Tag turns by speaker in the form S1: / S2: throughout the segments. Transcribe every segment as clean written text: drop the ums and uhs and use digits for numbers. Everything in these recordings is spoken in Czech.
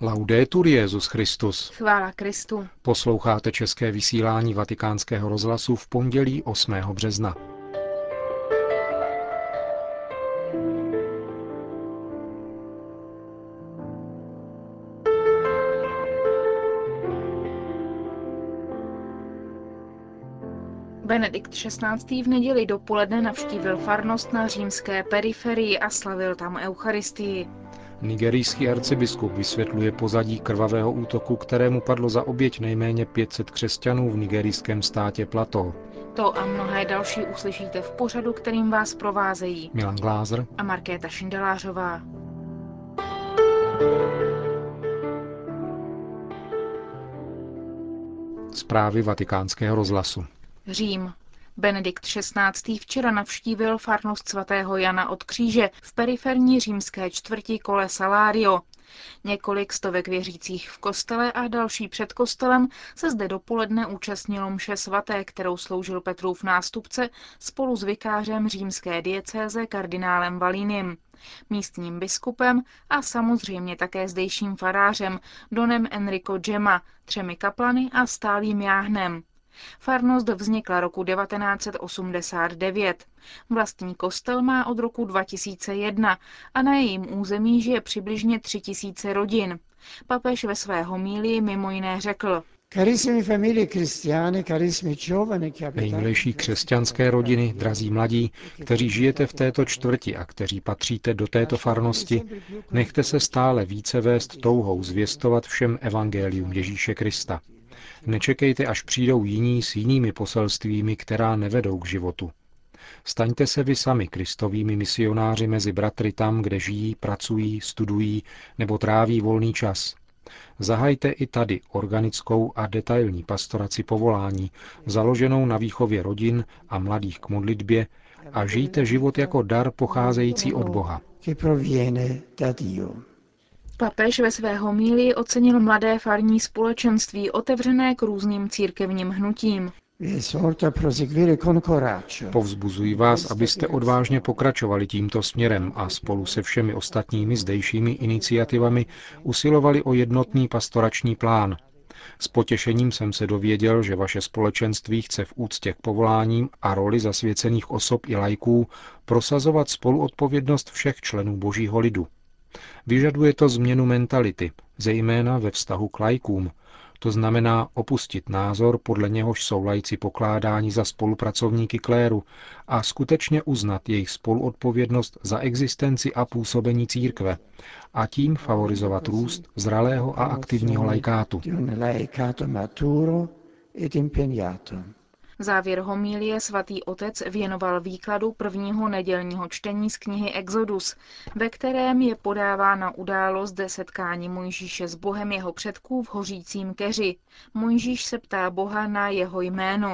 S1: Laudetur Jesus Christus.
S2: Chvála Kristu.
S1: Posloucháte české vysílání Vatikánského rozhlasu v pondělí 8. března.
S2: Benedikt XVI. V neděli dopoledne navštívil farnost na římské periferii a slavil tam eucharistii.
S1: Nigerijský arcibiskup vysvětluje pozadí krvavého útoku, kterému padlo za oběť nejméně 500 křesťanů v nigerijském státě Plateau.
S2: To a mnohé další uslyšíte v pořadu, kterým vás provázejí
S1: Milan Glázer
S2: a Markéta Šindelářová.
S1: Zprávy Vatikánského rozhlasu.
S2: Řím. Benedikt XVI. Včera navštívil farnost svatého Jana od Kříže v periferní římské čtvrti Colle Salario. Několik stovek věřících v kostele a další před kostelem se zde dopoledne účastnilo mše svaté, kterou sloužil Petrův nástupce spolu s vikářem římské diecéze kardinálem Valínim, místním biskupem a samozřejmě také zdejším farářem Donem Enrico Gemma, 3 kaplany a stálým jáhnem. Farnost vznikla roku 1989. Vlastní kostel má od roku 2001 a na jejím území žije přibližně 3000 rodin. Papež ve své homílii mimo jiné řekl:
S1: Nejmilejší křesťanské rodiny, drazí mladí, kteří žijete v této čtvrti a kteří patříte do této farnosti, nechte se stále více vést touhou zvěstovat všem evangelium Ježíše Krista. Nečekejte, až přijdou jiní s jinými poselstvími, která nevedou k životu. Staňte se vy sami kristovými misionáři mezi bratry tam, kde žijí, pracují, studují nebo tráví volný čas. Zahajte i tady organickou a detailní pastoraci povolání, založenou na výchově rodin a mladých k modlitbě, a žijte život jako dar pocházející od Boha.
S2: Papež ve své homílii ocenil mladé farní společenství otevřené k různým církevním hnutím.
S1: Povzbuzuji vás, abyste odvážně pokračovali tímto směrem a spolu se všemi ostatními zdejšími iniciativami usilovali o jednotný pastorační plán. S potěšením jsem se dověděl, že vaše společenství chce v úctě k povoláním a roli zasvěcených osob i laiků prosazovat spoluodpovědnost všech členů Božího lidu. Vyžaduje to změnu mentality, zejména ve vztahu k laikům. To znamená opustit názor, podle něhož jsou laici pokládáni za spolupracovníky kléru, a skutečně uznat jejich spoluodpovědnost za existenci a působení církve a tím favorizovat růst zralého a aktivního laikátu.
S2: Závěr homílie svatý otec věnoval výkladu prvního nedělního čtení z knihy Exodus, ve kterém je podávána událost setkání Mojžíše s Bohem jeho předků v hořícím keři. Mojžíš se ptá Boha na jeho jméno.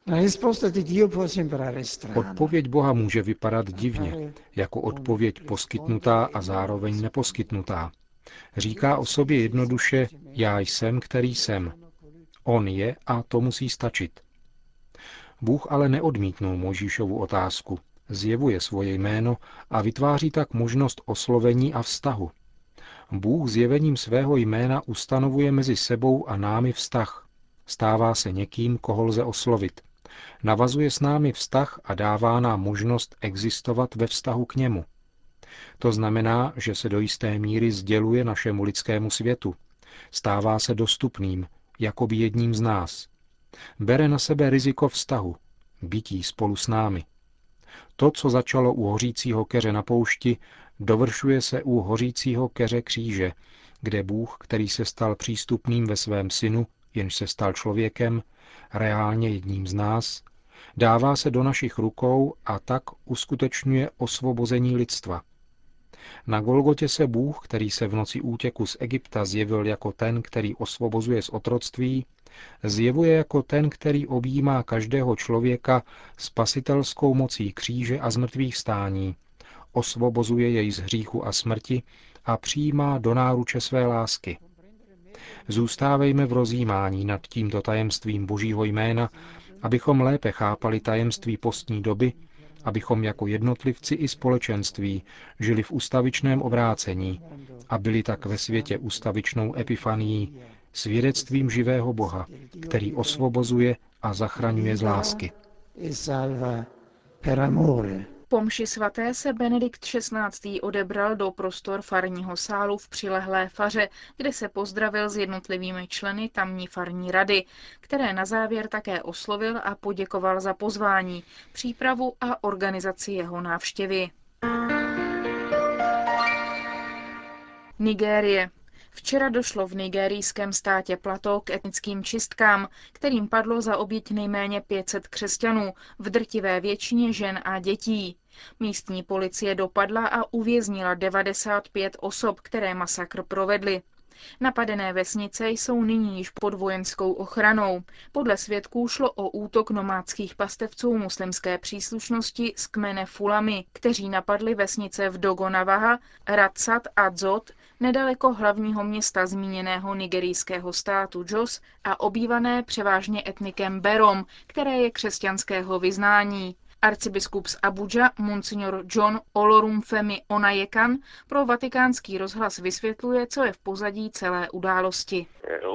S1: Odpověď Boha může vypadat divně, jako odpověď poskytnutá a zároveň neposkytnutá. Říká o sobě jednoduše: já jsem, který jsem. On je a to musí stačit. Bůh ale neodmítnul Mojžíšovu otázku, zjevuje svoje jméno a vytváří tak možnost oslovení a vztahu. Bůh zjevením svého jména ustanovuje mezi sebou a námi vztah. Stává se někým, koho lze oslovit. Navazuje s námi vztah a dává nám možnost existovat ve vztahu k němu. To znamená, že se do jisté míry sděluje našemu lidskému světu. Stává se dostupným, jakoby jedním z nás. Bere na sebe riziko vztahu, bytí spolu s námi. To, co začalo u hořícího keře na poušti, dovršuje se u hořícího keře kříže, kde Bůh, který se stal přístupným ve svém synu, jenž se stal člověkem, reálně jedním z nás, dává se do našich rukou a tak uskutečňuje osvobození lidstva. Na Golgotě se Bůh, který se v noci útěku z Egypta zjevil jako ten, který osvobozuje z otroctví, zjevuje jako ten, který objímá každého člověka spasitelskou mocí kříže a zmrtvýchvstání, osvobozuje jej z hříchu a smrti a přijímá do náruče své lásky. Zůstávejme v rozjímání nad tímto tajemstvím Božího jména, abychom lépe chápali tajemství postní doby abychom jako jednotlivci i společenství žili v ustavičném obrácení a byli tak ve světě ustavičnou epifanií, svědectvím živého Boha, který osvobozuje a zachraňuje z lásky.
S2: Po mši svaté se Benedikt XVI. Odebral do prostor farního sálu v přilehlé faře, kde se pozdravil s jednotlivými členy tamní farní rady, které na závěr také oslovil a poděkoval za pozvání, přípravu a organizaci jeho návštěvy. Nigérie. Včera došlo v nigerijském státě Plateau k etnickým čistkám, kterým padlo za oběť nejméně 500 křesťanů, v drtivé většině žen a dětí. Místní policie dopadla a uvěznila 95 osob, které masakr provedly. Napadené vesnice jsou nyní již pod vojenskou ochranou. Podle svědků šlo o útok nomádských pastevců muslimské příslušnosti z kmene Fulami, kteří napadli vesnice v Dogonavaha, Radsat a Dzot, nedaleko hlavního města zmíněného nigerijského státu Jos a obývané převážně etnikem Berom, které je křesťanského vyznání. Arcibiskup z Abuja, monsignor John Olorunfemi Onayekan, pro Vatikánský rozhlas vysvětluje, co je v pozadí celé události.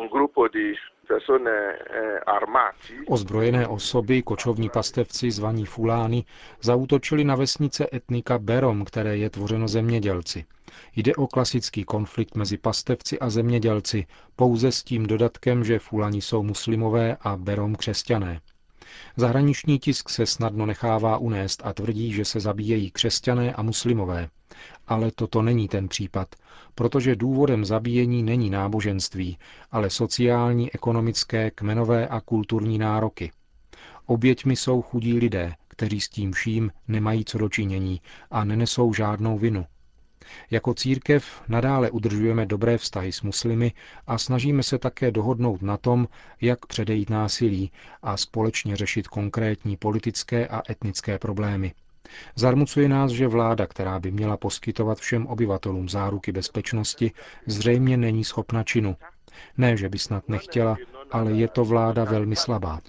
S1: Ozbrojené osoby, kočovní pastevci zvaní Fulány, zaútočili na vesnice etnika Berom, které je tvořeno zemědělci. Jde o klasický konflikt mezi pastevci a zemědělci, pouze s tím dodatkem, že Fulani jsou muslimové a Berom křesťané. Zahraniční tisk se snadno nechává unést a tvrdí, že se zabíjejí křesťané a muslimové. Ale toto není ten případ, protože důvodem zabíjení není náboženství, ale sociální, ekonomické, kmenové a kulturní nároky. Oběťmi jsou chudí lidé, kteří s tím vším nemají co dočinění a nenesou žádnou vinu. Jako církev nadále udržujeme dobré vztahy s muslimy a snažíme se také dohodnout na tom, jak předejít násilí a společně řešit konkrétní politické a etnické problémy. Zarmucuje nás, že vláda, která by měla poskytovat všem obyvatelům záruky bezpečnosti, zřejmě není schopna činu. Ne, že by snad nechtěla, ale je to vláda velmi slabá.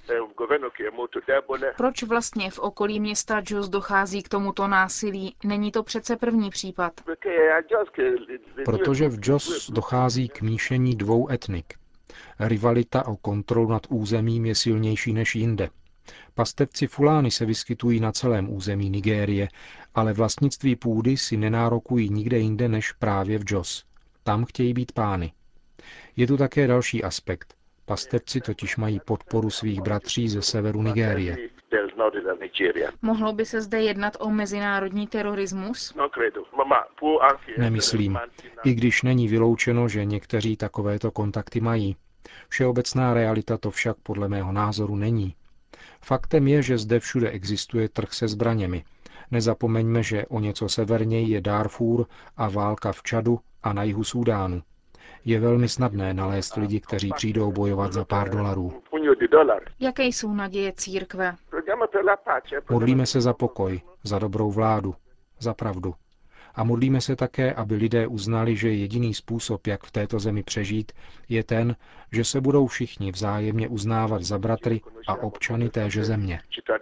S2: Proč vlastně v okolí města Jos dochází k tomuto násilí? Není to přece první případ.
S1: Protože v Jos dochází k míšení dvou etnik. Rivalita o kontrolu nad územím je silnější než jinde. Pastevci Fulány se vyskytují na celém území Nigérie, ale vlastnictví půdy si nenárokují nikde jinde než právě v Jos. Tam chtějí být pány. Je tu také další aspekt. Pastevci totiž mají podporu svých bratří ze severu Nigérie.
S2: Mohlo by se zde jednat o mezinárodní terorismus?
S1: Nemyslím, i když není vyloučeno, že někteří takovéto kontakty mají. Všeobecná realita to však podle mého názoru není. Faktem je, že zde všude existuje trh se zbraněmi. Nezapomeňme, že o něco severněji je Darfur a válka v Čadu a na jihu Súdánu. Je velmi snadné nalézt lidi, kteří přijdou bojovat za pár dolarů.
S2: Jaké jsou naděje církve?
S1: Modlíme se za pokoj, za dobrou vládu, za pravdu. A modlíme se také, aby lidé uznali, že jediný způsob, jak v této zemi přežít, je ten, že se budou všichni vzájemně uznávat za bratry a občany téže země.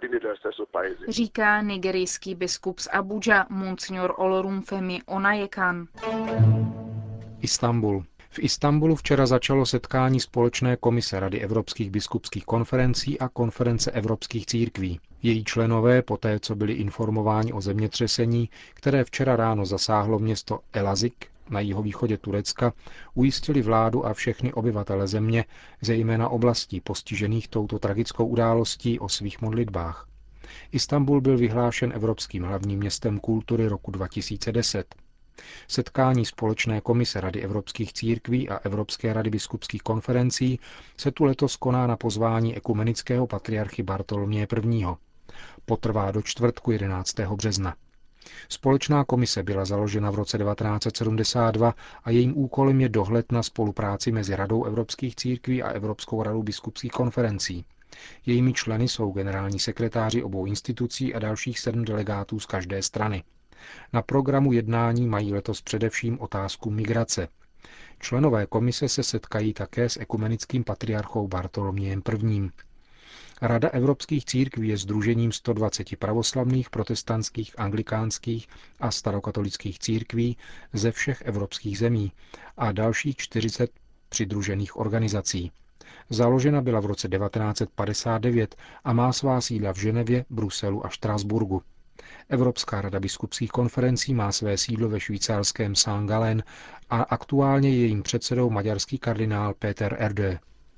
S2: Říká nigerijský biskup z Abuja, monsignor Olorunfemi Onayekan.
S1: Istanbul. V Istanbulu včera začalo setkání společné komise Rady evropských biskupských konferencí a konference evropských církví. Její členové, poté co byli informováni o zemětřesení, které včera ráno zasáhlo město Elazik na jihovýchodě Turecka, ujistili vládu a všechny obyvatele země, zejména oblastí postižených touto tragickou událostí, o svých modlitbách. Istanbul byl vyhlášen Evropským hlavním městem kultury roku 2010. Setkání společné komise Rady evropských církví a Evropské rady biskupských konferencí se tu letos koná na pozvání ekumenického patriarchy Bartoloměje I. Potrvá do čtvrtku 11. března. Společná komise byla založena v roce 1972 a jejím úkolem je dohled na spolupráci mezi Radou evropských církví a Evropskou radou biskupských konferencí. Jejími členy jsou generální sekretáři obou institucí a dalších 7 delegátů z každé strany. Na programu jednání mají letos především otázku migrace. Členové komise se setkají také s ekumenickým patriarchou Bartolomějem I. Rada evropských církví je sdružením 120 pravoslavných, protestantských, anglikánských a starokatolických církví ze všech evropských zemí a dalších 40 přidružených organizací. Založena byla v roce 1959 a má svá sídla v Ženevě, Bruselu a Štrasburgu. Evropská rada biskupských konferencí má své sídlo ve švýcarském St. a aktuálně je jejím předsedou maďarský kardinál Péter Erdő.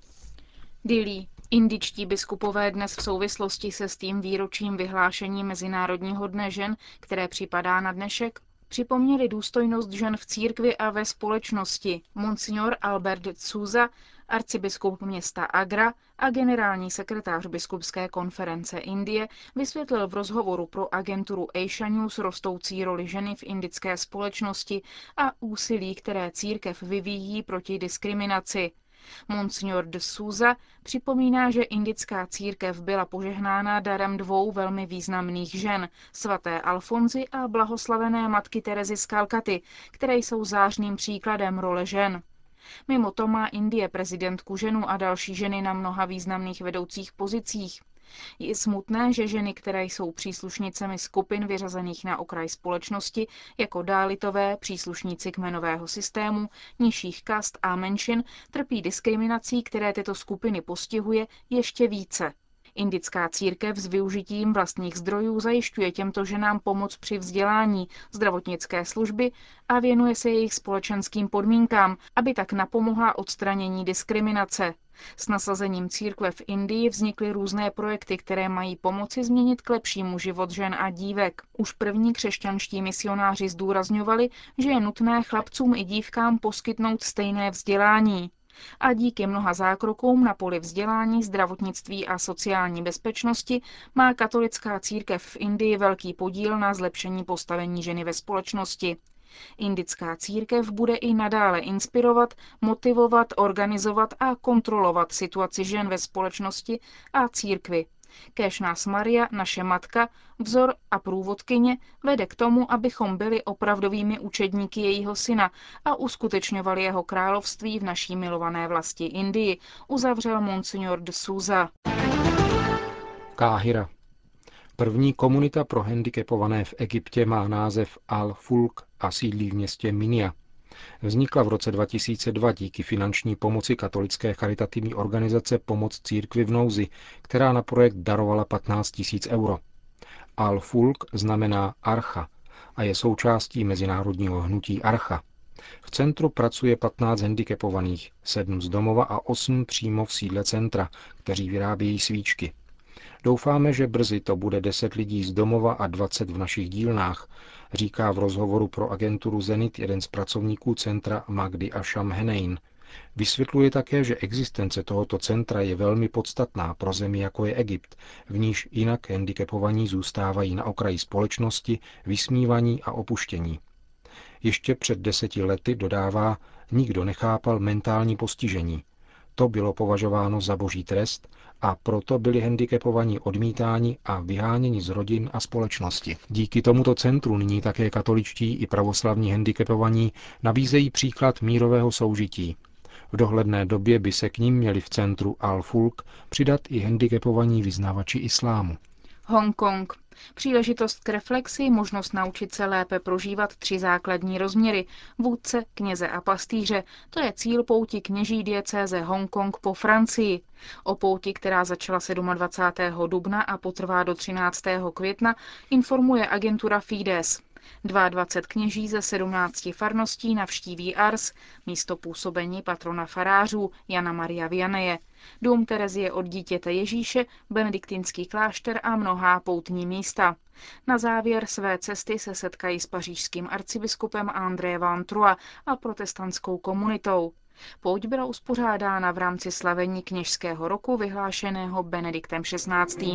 S2: Dili. Indičtí biskupové dnes v souvislosti se s tím výročím vyhlášení Mezinárodního dne žen, které připadá na dnešek, připomněli důstojnost žen v církvi a ve společnosti. Monsignor Albert de Souza, arcibiskup města Agra a generální sekretář biskupské konference Indie, vysvětlil v rozhovoru pro agenturu Asia News rostoucí roli ženy v indické společnosti a úsilí, které církev vyvíjí proti diskriminaci. Monsignor de Souza připomíná, že indická církev byla požehnána darem dvou velmi významných žen, svaté Alfonzy a blahoslavené matky Terezy z Kalkaty, které jsou zářným příkladem role žen. Mimo to má Indie prezidentku ženu a další ženy na mnoha významných vedoucích pozicích. Je smutné, že ženy, které jsou příslušnicemi skupin vyřazených na okraj společnosti, jako dálitové, příslušníci kmenového systému, nižších kast a menšin, trpí diskriminací, které tyto skupiny postihuje ještě více. Indická církev s využitím vlastních zdrojů zajišťuje těmto ženám pomoc při vzdělání, zdravotnické služby a věnuje se jejich společenským podmínkám, aby tak napomohla odstranění diskriminace. S nasazením církve v Indii vznikly různé projekty, které mají pomoci změnit k lepšímu život žen a dívek. Už první křesťanští misionáři zdůrazňovali, že je nutné chlapcům i dívkám poskytnout stejné vzdělání. A díky mnoha zákrokům na poli vzdělání, zdravotnictví a sociální bezpečnosti má katolická církev v Indii velký podíl na zlepšení postavení ženy ve společnosti. Indická církev bude i nadále inspirovat, motivovat, organizovat a kontrolovat situaci žen ve společnosti a církvi. Kéž nás Maria, naše matka, vzor a průvodkyně, vede k tomu, abychom byli opravdovými učedníky jejího syna a uskutečňovali jeho království v naší milované vlasti Indii, uzavřel Monsignor de Souza.
S1: Káhira. První komunita pro handicapované v Egyptě má název Al-Fulk a sídlí v městě Minia. Vznikla v roce 2002 díky finanční pomoci katolické charitativní organizace Pomoc církvi v nouzi, která na projekt darovala 15 000 euro. Al-Fulk znamená Archa a je součástí mezinárodního hnutí Archa. V centru pracuje 15 handicapovaných, 7 z domova a 8 přímo v sídle centra, kteří vyrábějí svíčky. Doufáme, že brzy to bude 10 lidí z domova a 20 v našich dílnách, říká v rozhovoru pro agenturu Zenit jeden z pracovníků centra Magdi Asham Henein. Vysvětluje také, že existence tohoto centra je velmi podstatná pro zemi jako je Egypt, v níž jinak handicapovaní zůstávají na okraji společnosti, vysmívaní a opuštění. Ještě před 10 lety, dodává, nikdo nechápal mentální postižení. To bylo považováno za boží trest a proto byli handicapovaní odmítáni a vyháněni z rodin a společnosti. Díky tomuto centru nyní také katoličtí i pravoslavní handicapovaní nabízejí příklad mírového soužití. V dohledné době by se k ním měli v centru Al-Fulk přidat i handicapovaní vyznavači islámu.
S2: Hongkong. Příležitost k reflexi, možnost naučit se lépe prožívat 3 základní rozměry, vůdce, kněze a pastýře, to je cíl pouti kněží diecéze Hongkong po Francii. O pouti, která začala 27. dubna a potrvá do 13. května, informuje agentura Fides. 22 kněží ze 17 farností navštíví Ars, místo působení patrona farářů Jana Maria Vianneye, dům Terezie od dítěte Ježíše, benediktinský klášter a mnohá poutní místa. Na závěr své cesty se setkají s pařížským arcibiskupem André Van Troyes a protestantskou komunitou. Pouť byla uspořádána v rámci slavení kněžského roku vyhlášeného Benediktem XVI.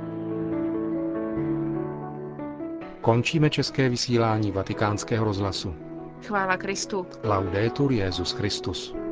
S1: Končíme české vysílání Vatikánského rozhlasu.
S2: Chvála Kristu.
S1: Laudetur Jesus Christus.